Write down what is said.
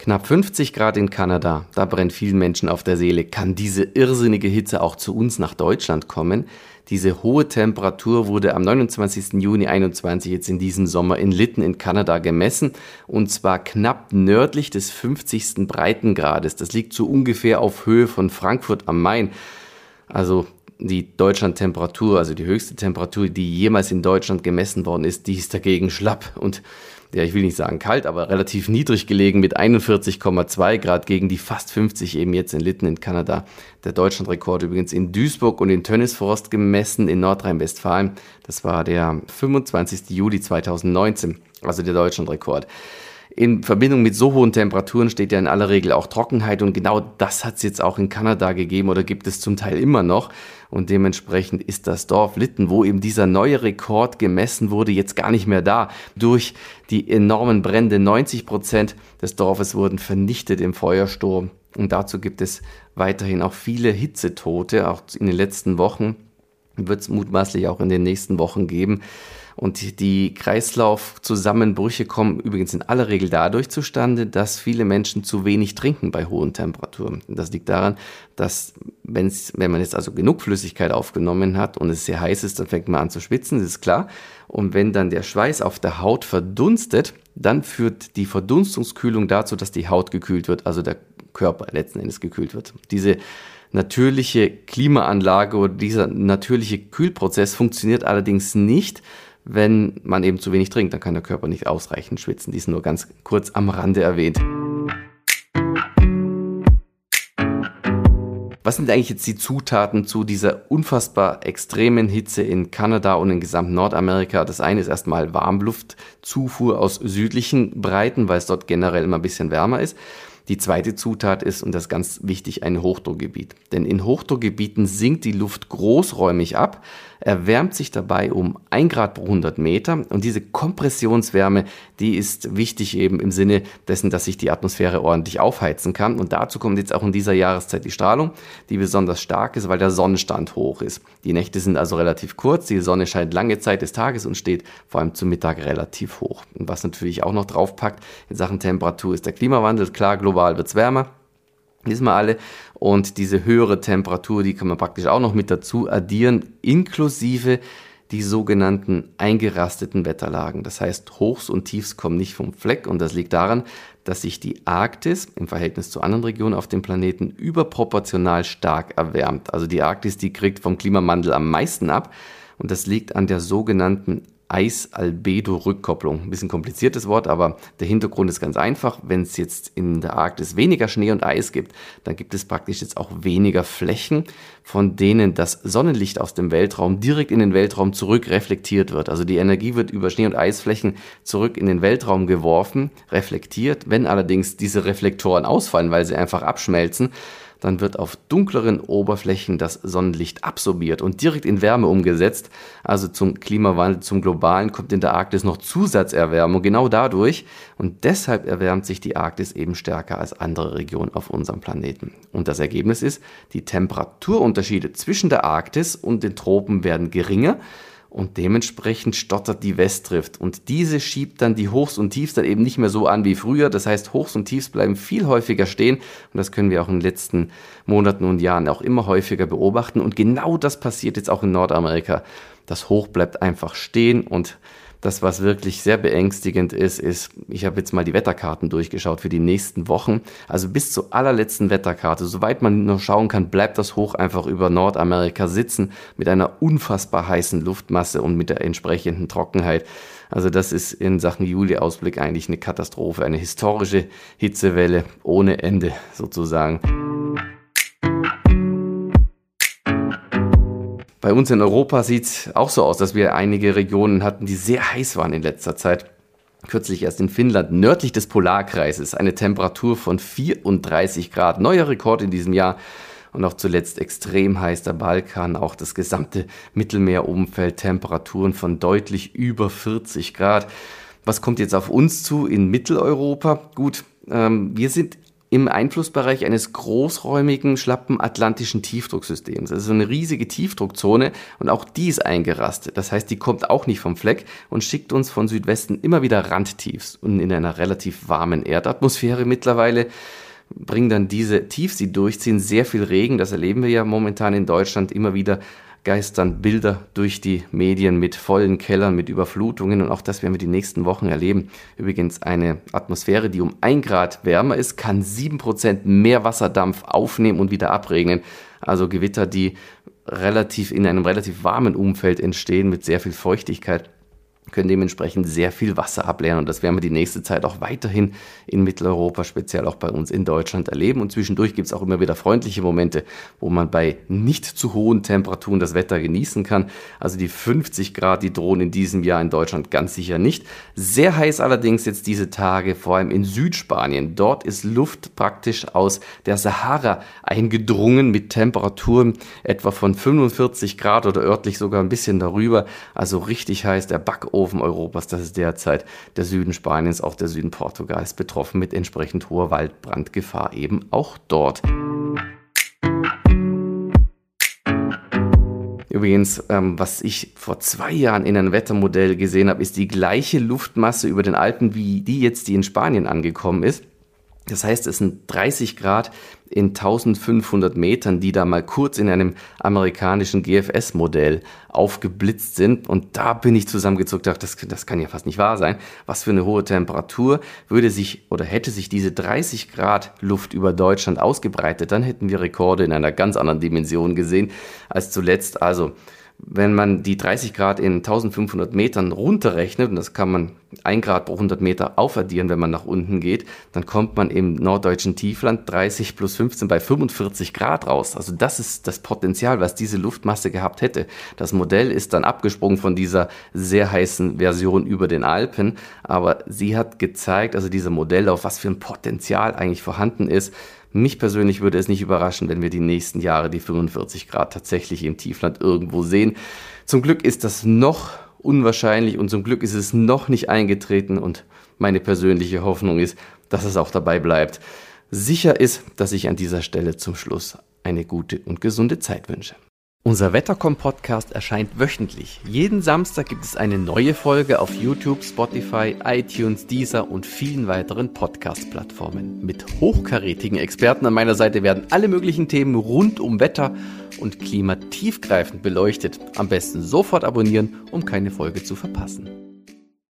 Knapp 50 Grad in Kanada, da brennt vielen Menschen auf der Seele. Kann diese irrsinnige Hitze auch zu uns nach Deutschland kommen? Diese hohe Temperatur wurde am 29. Juni 2021 jetzt in diesem Sommer in Lytton in Kanada gemessen, und zwar knapp nördlich des 50. Breitengrades. Das liegt so ungefähr auf Höhe von Frankfurt am Main. Also die Deutschlandtemperatur, also die höchste Temperatur, die jemals in Deutschland gemessen worden ist, die ist dagegen schlapp und ja, ich will nicht sagen kalt, aber relativ niedrig gelegen mit 41,2 Grad gegen die fast 50 eben jetzt in Lytton in Kanada. Der Deutschlandrekord übrigens in Duisburg und in Tönnesforst gemessen in Nordrhein-Westfalen. Das war der 25. Juli 2019, also der Deutschlandrekord. In Verbindung mit so hohen Temperaturen steht ja in aller Regel auch Trockenheit, und genau das hat es jetzt auch in Kanada gegeben oder gibt es zum Teil immer noch, und dementsprechend ist das Dorf Lytton, wo eben dieser neue Rekord gemessen wurde, jetzt gar nicht mehr da. Durch die enormen Brände, 90% des Dorfes wurden vernichtet im Feuersturm, und dazu gibt es weiterhin auch viele Hitzetote, auch in den letzten Wochen, wird es mutmaßlich auch in den nächsten Wochen geben. Und die Kreislaufzusammenbrüche kommen übrigens in aller Regel dadurch zustande, dass viele Menschen zu wenig trinken bei hohen Temperaturen. Das liegt daran, dass wenn man jetzt also genug Flüssigkeit aufgenommen hat und es sehr heiß ist, dann fängt man an zu schwitzen, das ist klar. Und wenn dann der Schweiß auf der Haut verdunstet, dann führt die Verdunstungskühlung dazu, dass die Haut gekühlt wird, also der Körper letzten Endes gekühlt wird. Diese natürliche Klimaanlage oder dieser natürliche Kühlprozess funktioniert allerdings nicht, wenn man eben zu wenig trinkt. Dann kann der Körper nicht ausreichend schwitzen. Dies nur ganz kurz am Rande erwähnt. Was sind eigentlich jetzt die Zutaten zu dieser unfassbar extremen Hitze in Kanada und in gesamten Nordamerika? Das eine ist erstmal Warmluftzufuhr aus südlichen Breiten, weil es dort generell immer ein bisschen wärmer ist. Die zweite Zutat ist, und das ist ganz wichtig, ein Hochdruckgebiet. Denn in Hochdruckgebieten sinkt die Luft großräumig ab, erwärmt sich dabei um 1 Grad pro 100 Meter. Und diese Kompressionswärme, die ist wichtig eben im Sinne dessen, dass sich die Atmosphäre ordentlich aufheizen kann. Und dazu kommt jetzt auch in dieser Jahreszeit die Strahlung, die besonders stark ist, weil der Sonnenstand hoch ist. Die Nächte sind also relativ kurz, die Sonne scheint lange Zeit des Tages und steht vor allem zum Mittag relativ hoch. Und was natürlich auch noch draufpackt in Sachen Temperatur ist der Klimawandel. Klar, global wird es wärmer, wissen wir alle. Und diese höhere Temperatur, die kann man praktisch auch noch mit dazu addieren, inklusive die sogenannten eingerasteten Wetterlagen. Das heißt, Hochs und Tiefs kommen nicht vom Fleck, und das liegt daran, dass sich die Arktis im Verhältnis zu anderen Regionen auf dem Planeten überproportional stark erwärmt. Also die Arktis, die kriegt vom Klimawandel am meisten ab, und das liegt an der sogenannten Eis-Albedo-Rückkopplung. Ein bisschen kompliziertes Wort, aber der Hintergrund ist ganz einfach. Wenn es jetzt in der Arktis weniger Schnee und Eis gibt, dann gibt es praktisch jetzt auch weniger Flächen, von denen das Sonnenlicht aus dem Weltraum direkt in den Weltraum zurück reflektiert wird. Also die Energie wird über Schnee- und Eisflächen zurück in den Weltraum geworfen, reflektiert. Wenn allerdings diese Reflektoren ausfallen, weil sie einfach abschmelzen, dann wird auf dunkleren Oberflächen das Sonnenlicht absorbiert und direkt in Wärme umgesetzt. Also zum Klimawandel, zum Globalen kommt in der Arktis noch Zusatzerwärmung, genau dadurch. Und deshalb erwärmt sich die Arktis eben stärker als andere Regionen auf unserem Planeten. Und das Ergebnis ist, die Temperaturunterschiede zwischen der Arktis und den Tropen werden geringer. Und dementsprechend stottert die Westdrift. Und diese schiebt dann die Hochs und Tiefs dann eben nicht mehr so an wie früher. Das heißt, Hochs und Tiefs bleiben viel häufiger stehen. Und das können wir auch in den letzten Monaten und Jahren auch immer häufiger beobachten. Und genau das passiert jetzt auch in Nordamerika. Das Hoch bleibt einfach stehen, und das, was wirklich sehr beängstigend ist, ich habe jetzt mal die Wetterkarten durchgeschaut für die nächsten Wochen. Also bis zur allerletzten Wetterkarte, soweit man noch schauen kann, bleibt das Hoch einfach über Nordamerika sitzen mit einer unfassbar heißen Luftmasse und mit der entsprechenden Trockenheit. Also das ist in Sachen Juli-Ausblick eigentlich eine Katastrophe, eine historische Hitzewelle ohne Ende sozusagen. Bei uns in Europa sieht es auch so aus, dass wir einige Regionen hatten, die sehr heiß waren in letzter Zeit. Kürzlich erst in Finnland, nördlich des Polarkreises, eine Temperatur von 34 Grad. Neuer Rekord in diesem Jahr. Und auch zuletzt extrem heiß der Balkan, auch das gesamte Mittelmeerumfeld, Temperaturen von deutlich über 40 Grad. Was kommt jetzt auf uns zu in Mitteleuropa? Gut, wir sind im Einflussbereich eines großräumigen, schlappen atlantischen Tiefdrucksystems. Das ist so eine riesige Tiefdruckzone und auch die ist eingerastet. Das heißt, die kommt auch nicht vom Fleck und schickt uns von Südwesten immer wieder Randtiefs. Und in einer relativ warmen Erdatmosphäre mittlerweile bringen dann diese Tiefs, die durchziehen, sehr viel Regen. Das erleben wir ja momentan in Deutschland immer wieder. Geistern Bilder durch die Medien mit vollen Kellern, mit Überflutungen und auch das werden wir die nächsten Wochen erleben. Übrigens eine Atmosphäre, die um 1 Grad wärmer ist, kann 7% mehr Wasserdampf aufnehmen und wieder abregnen. Also Gewitter, die in einem relativ warmen Umfeld entstehen mit sehr viel Feuchtigkeit, können dementsprechend sehr viel Wasser ableeren und das werden wir die nächste Zeit auch weiterhin in Mitteleuropa, speziell auch bei uns in Deutschland erleben und zwischendurch gibt es auch immer wieder freundliche Momente, wo man bei nicht zu hohen Temperaturen das Wetter genießen kann. Also die 50 Grad, die drohen in diesem Jahr in Deutschland ganz sicher nicht. Sehr heiß allerdings jetzt diese Tage, vor allem in Südspanien. Dort ist Luft praktisch aus der Sahara eingedrungen mit Temperaturen etwa von 45 Grad oder örtlich sogar ein bisschen darüber. Also richtig heiß, der Backofen Europas, das ist derzeit der Süden Spaniens, auch der Süden Portugals betroffen mit entsprechend hoher Waldbrandgefahr eben auch dort. Übrigens, was ich vor 2 Jahren in einem Wettermodell gesehen habe, ist die gleiche Luftmasse über den Alpen, wie die in Spanien angekommen ist. Das heißt, es sind 30 Grad in 1500 Metern, die da mal kurz in einem amerikanischen GFS-Modell aufgeblitzt sind. Und da bin ich zusammengezuckt, dachte, das kann ja fast nicht wahr sein. Was für eine hohe Temperatur hätte sich diese 30 Grad Luft über Deutschland ausgebreitet, dann hätten wir Rekorde in einer ganz anderen Dimension gesehen als zuletzt. Also wenn man die 30 Grad in 1500 Metern runterrechnet, und das kann man 1 Grad pro 100 Meter aufaddieren, wenn man nach unten geht, dann kommt man im norddeutschen Tiefland 30 plus 15 bei 45 Grad raus. Also das ist das Potenzial, was diese Luftmasse gehabt hätte. Das Modell ist dann abgesprungen von dieser sehr heißen Version über den Alpen, aber sie hat gezeigt, also diese Modelllauf, was für ein Potenzial eigentlich vorhanden ist. Mich persönlich würde es nicht überraschen, wenn wir die nächsten Jahre die 45 Grad tatsächlich im Tiefland irgendwo sehen. Zum Glück ist das noch unwahrscheinlich und zum Glück ist es noch nicht eingetreten und meine persönliche Hoffnung ist, dass es auch dabei bleibt. Sicher ist, dass ich an dieser Stelle zum Schluss eine gute und gesunde Zeit wünsche. Unser Wettercom-Podcast erscheint wöchentlich. Jeden Samstag gibt es eine neue Folge auf YouTube, Spotify, iTunes, Deezer und vielen weiteren Podcast-Plattformen. Mit hochkarätigen Experten an meiner Seite werden alle möglichen Themen rund um Wetter und Klima tiefgreifend beleuchtet. Am besten sofort abonnieren, um keine Folge zu verpassen.